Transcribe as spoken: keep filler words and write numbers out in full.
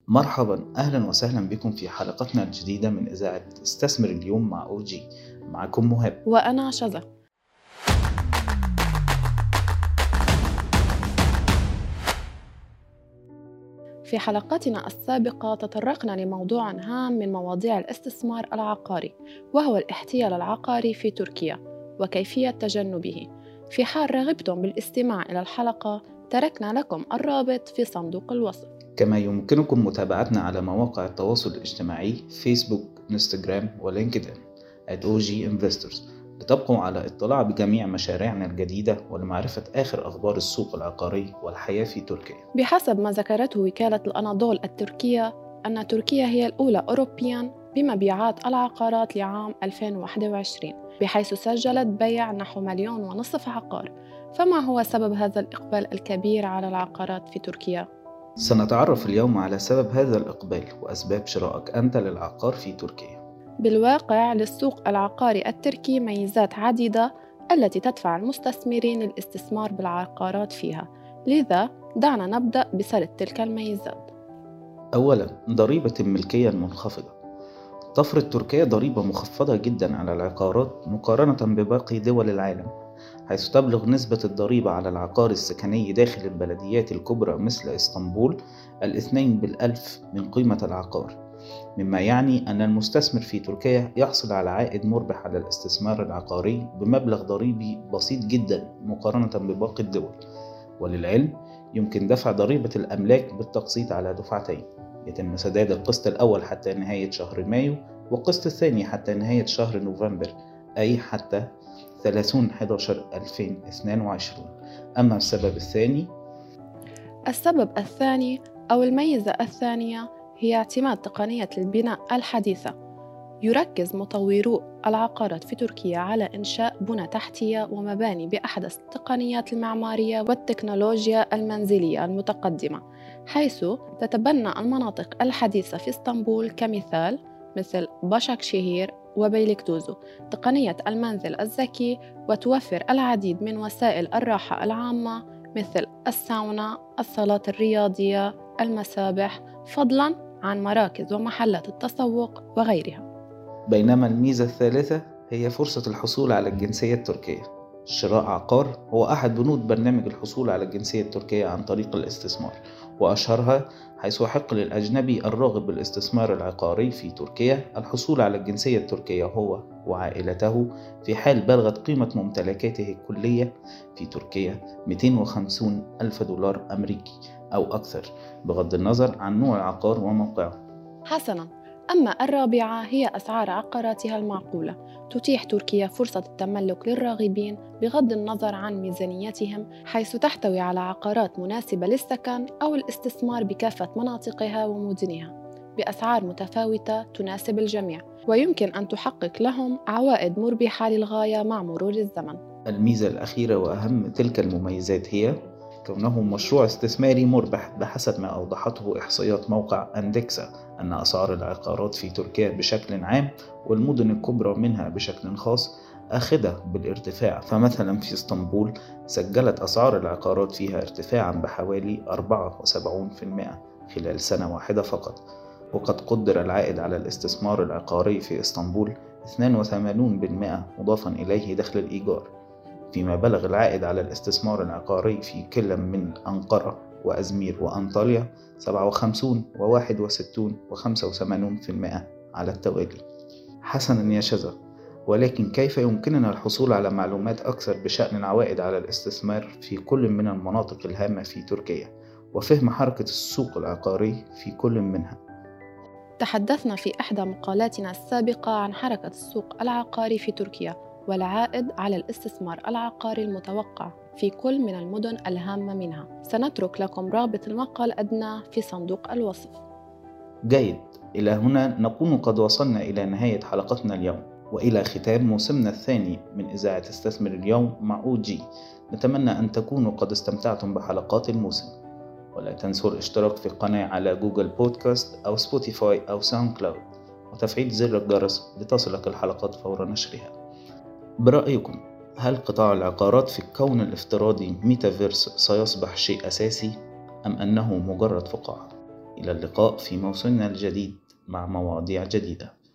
مرحبا، أهلا وسهلا بكم في حلقتنا الجديدة من إذاعة استثمر اليوم مع أو جي. معكم مهاب وأنا شذى. في حلقتنا السابقة تطرقنا لموضوع هام من مواضيع الاستثمار العقاري، وهو الاحتيال العقاري في تركيا وكيفية تجنبه. في حال رغبتم بالاستماع إلى الحلقة تركنا لكم الرابط في صندوق الوصف. كما يمكنكم متابعتنا على مواقع التواصل الاجتماعي فيسبوك، انستغرام ولينكدين at أو جي Investors لتبقوا على اطلاع بجميع مشاريعنا الجديدة ولمعرفة آخر أخبار السوق العقاري والحياة في تركيا. بحسب ما ذكرته وكالة الأناضول التركية أن تركيا هي الأولى أوروبياً بمبيعات العقارات لعام ألفين وواحد وعشرين، بحيث سجلت بيع نحو مليون ونصف عقار. فما هو سبب هذا الإقبال الكبير على العقارات في تركيا؟ سنتعرف اليوم على سبب هذا الإقبال وأسباب شرائك أنت للعقار في تركيا. بالواقع للسوق العقاري التركي ميزات عديدة التي تدفع المستثمرين للاستثمار بالعقارات فيها، لذا دعنا نبدأ بسرد تلك الميزات. أولاً، ضريبة الملكية المنخفضة. تفرض تركيا ضريبة مخفضة جدا على العقارات مقارنة بباقي دول العالم، حيث تبلغ نسبة الضريبة على العقار السكني داخل البلديات الكبرى مثل اسطنبول الاثنين بالألف من قيمة العقار، مما يعني أن المستثمر في تركيا يحصل على عائد مربح على الاستثمار العقاري بمبلغ ضريبي بسيط جدا مقارنة بباقي الدول. وللعلم يمكن دفع ضريبة الأملاك بالتقسيط على دفعتين، يتم سداد القسط الأول حتى نهاية شهر مايو والقسط الثاني حتى نهاية شهر نوفمبر، أي حتى ثلاثين أحد عشر ألفين واثنين وعشرين. أما السبب الثاني السبب الثاني أو الميزة الثانية هي اعتماد تقنية البناء الحديثة. يركز مطورو العقارات في تركيا على إنشاء بنى تحتية ومباني بأحدث التقنيات المعمارية والتكنولوجيا المنزلية المتقدمة، حيث تتبنى المناطق الحديثة في اسطنبول كمثال مثل باشاكشهير وبيليكدوزو تقنية المنزل الذكي، وتوفر العديد من وسائل الراحة العامة مثل الساونا، الصالات الرياضية، المسابح، فضلاً عن مراكز ومحلات التسوق وغيرها. بينما الميزة الثالثة هي فرصة الحصول على الجنسية التركية. شراء عقار هو أحد بنود برنامج الحصول على الجنسية التركية عن طريق الاستثمار، وأشهرها حيث يحق للأجنبي الراغب بالاستثمار العقاري في تركيا الحصول على الجنسية التركية هو وعائلته في حال بلغت قيمة ممتلكاته الكلية في تركيا مئتين وخمسين ألف دولار أمريكي أو أكثر، بغض النظر عن نوع العقار وموقعه. حسناً، أما الرابعة هي أسعار عقاراتها المعقولة. تتيح تركيا فرصة التملك للراغبين بغض النظر عن ميزانيتهم، حيث تحتوي على عقارات مناسبة للسكن أو الاستثمار بكافة مناطقها ومدنها بأسعار متفاوتة تناسب الجميع، ويمكن أن تحقق لهم عوائد مربحة للغاية مع مرور الزمن. الميزة الأخيرة وأهم تلك المميزات هي كونه مشروع استثماري مربح، بحسب ما أوضحته إحصائيات موقع أندكسا أن أسعار العقارات في تركيا بشكل عام والمدن الكبرى منها بشكل خاص آخذة بالارتفاع. فمثلا في اسطنبول سجلت أسعار العقارات فيها ارتفاعا بحوالي أربعة وسبعين بالمئة خلال سنة واحدة فقط، وقد قدر العائد على الاستثمار العقاري في اسطنبول اثنين وثمانين بالمئة مضافا إليه دخل الإيجار، فيما بلغ العائد على الاستثمار العقاري في كل من أنقرة وأزمير وأنطاليا سبعة وخمسين وواحد وستين وخمسة وثمانين بالمئة على التوالي. حسنا يا شذى، ولكن كيف يمكننا الحصول على معلومات أكثر بشأن العوائد على الاستثمار في كل من المناطق الهامة في تركيا وفهم حركة السوق العقاري في كل منها؟ تحدثنا في إحدى مقالاتنا السابقة عن حركة السوق العقاري في تركيا والعائد على الاستثمار العقاري المتوقع في كل من المدن الهامة منها. سنترك لكم رابط المقال الأدنى في صندوق الوصف. جيد، إلى هنا نكون قد وصلنا إلى نهاية حلقتنا اليوم وإلى ختام موسمنا الثاني من إذاعة استثمر اليوم مع أو جي. نتمنى أن تكونوا قد استمتعتم بحلقات الموسم، ولا تنسوا الاشتراك في القناة على جوجل بودكاست أو سبوتيفاي أو ساوند كلاود وتفعيل زر الجرس لتصلك الحلقات فور نشرها. برأيكم، هل قطاع العقارات في الكون الافتراضي ميتافيرس سيصبح شيء أساسي أم أنه مجرد فقاعة؟ إلى اللقاء في موسمنا الجديد مع مواضيع جديدة.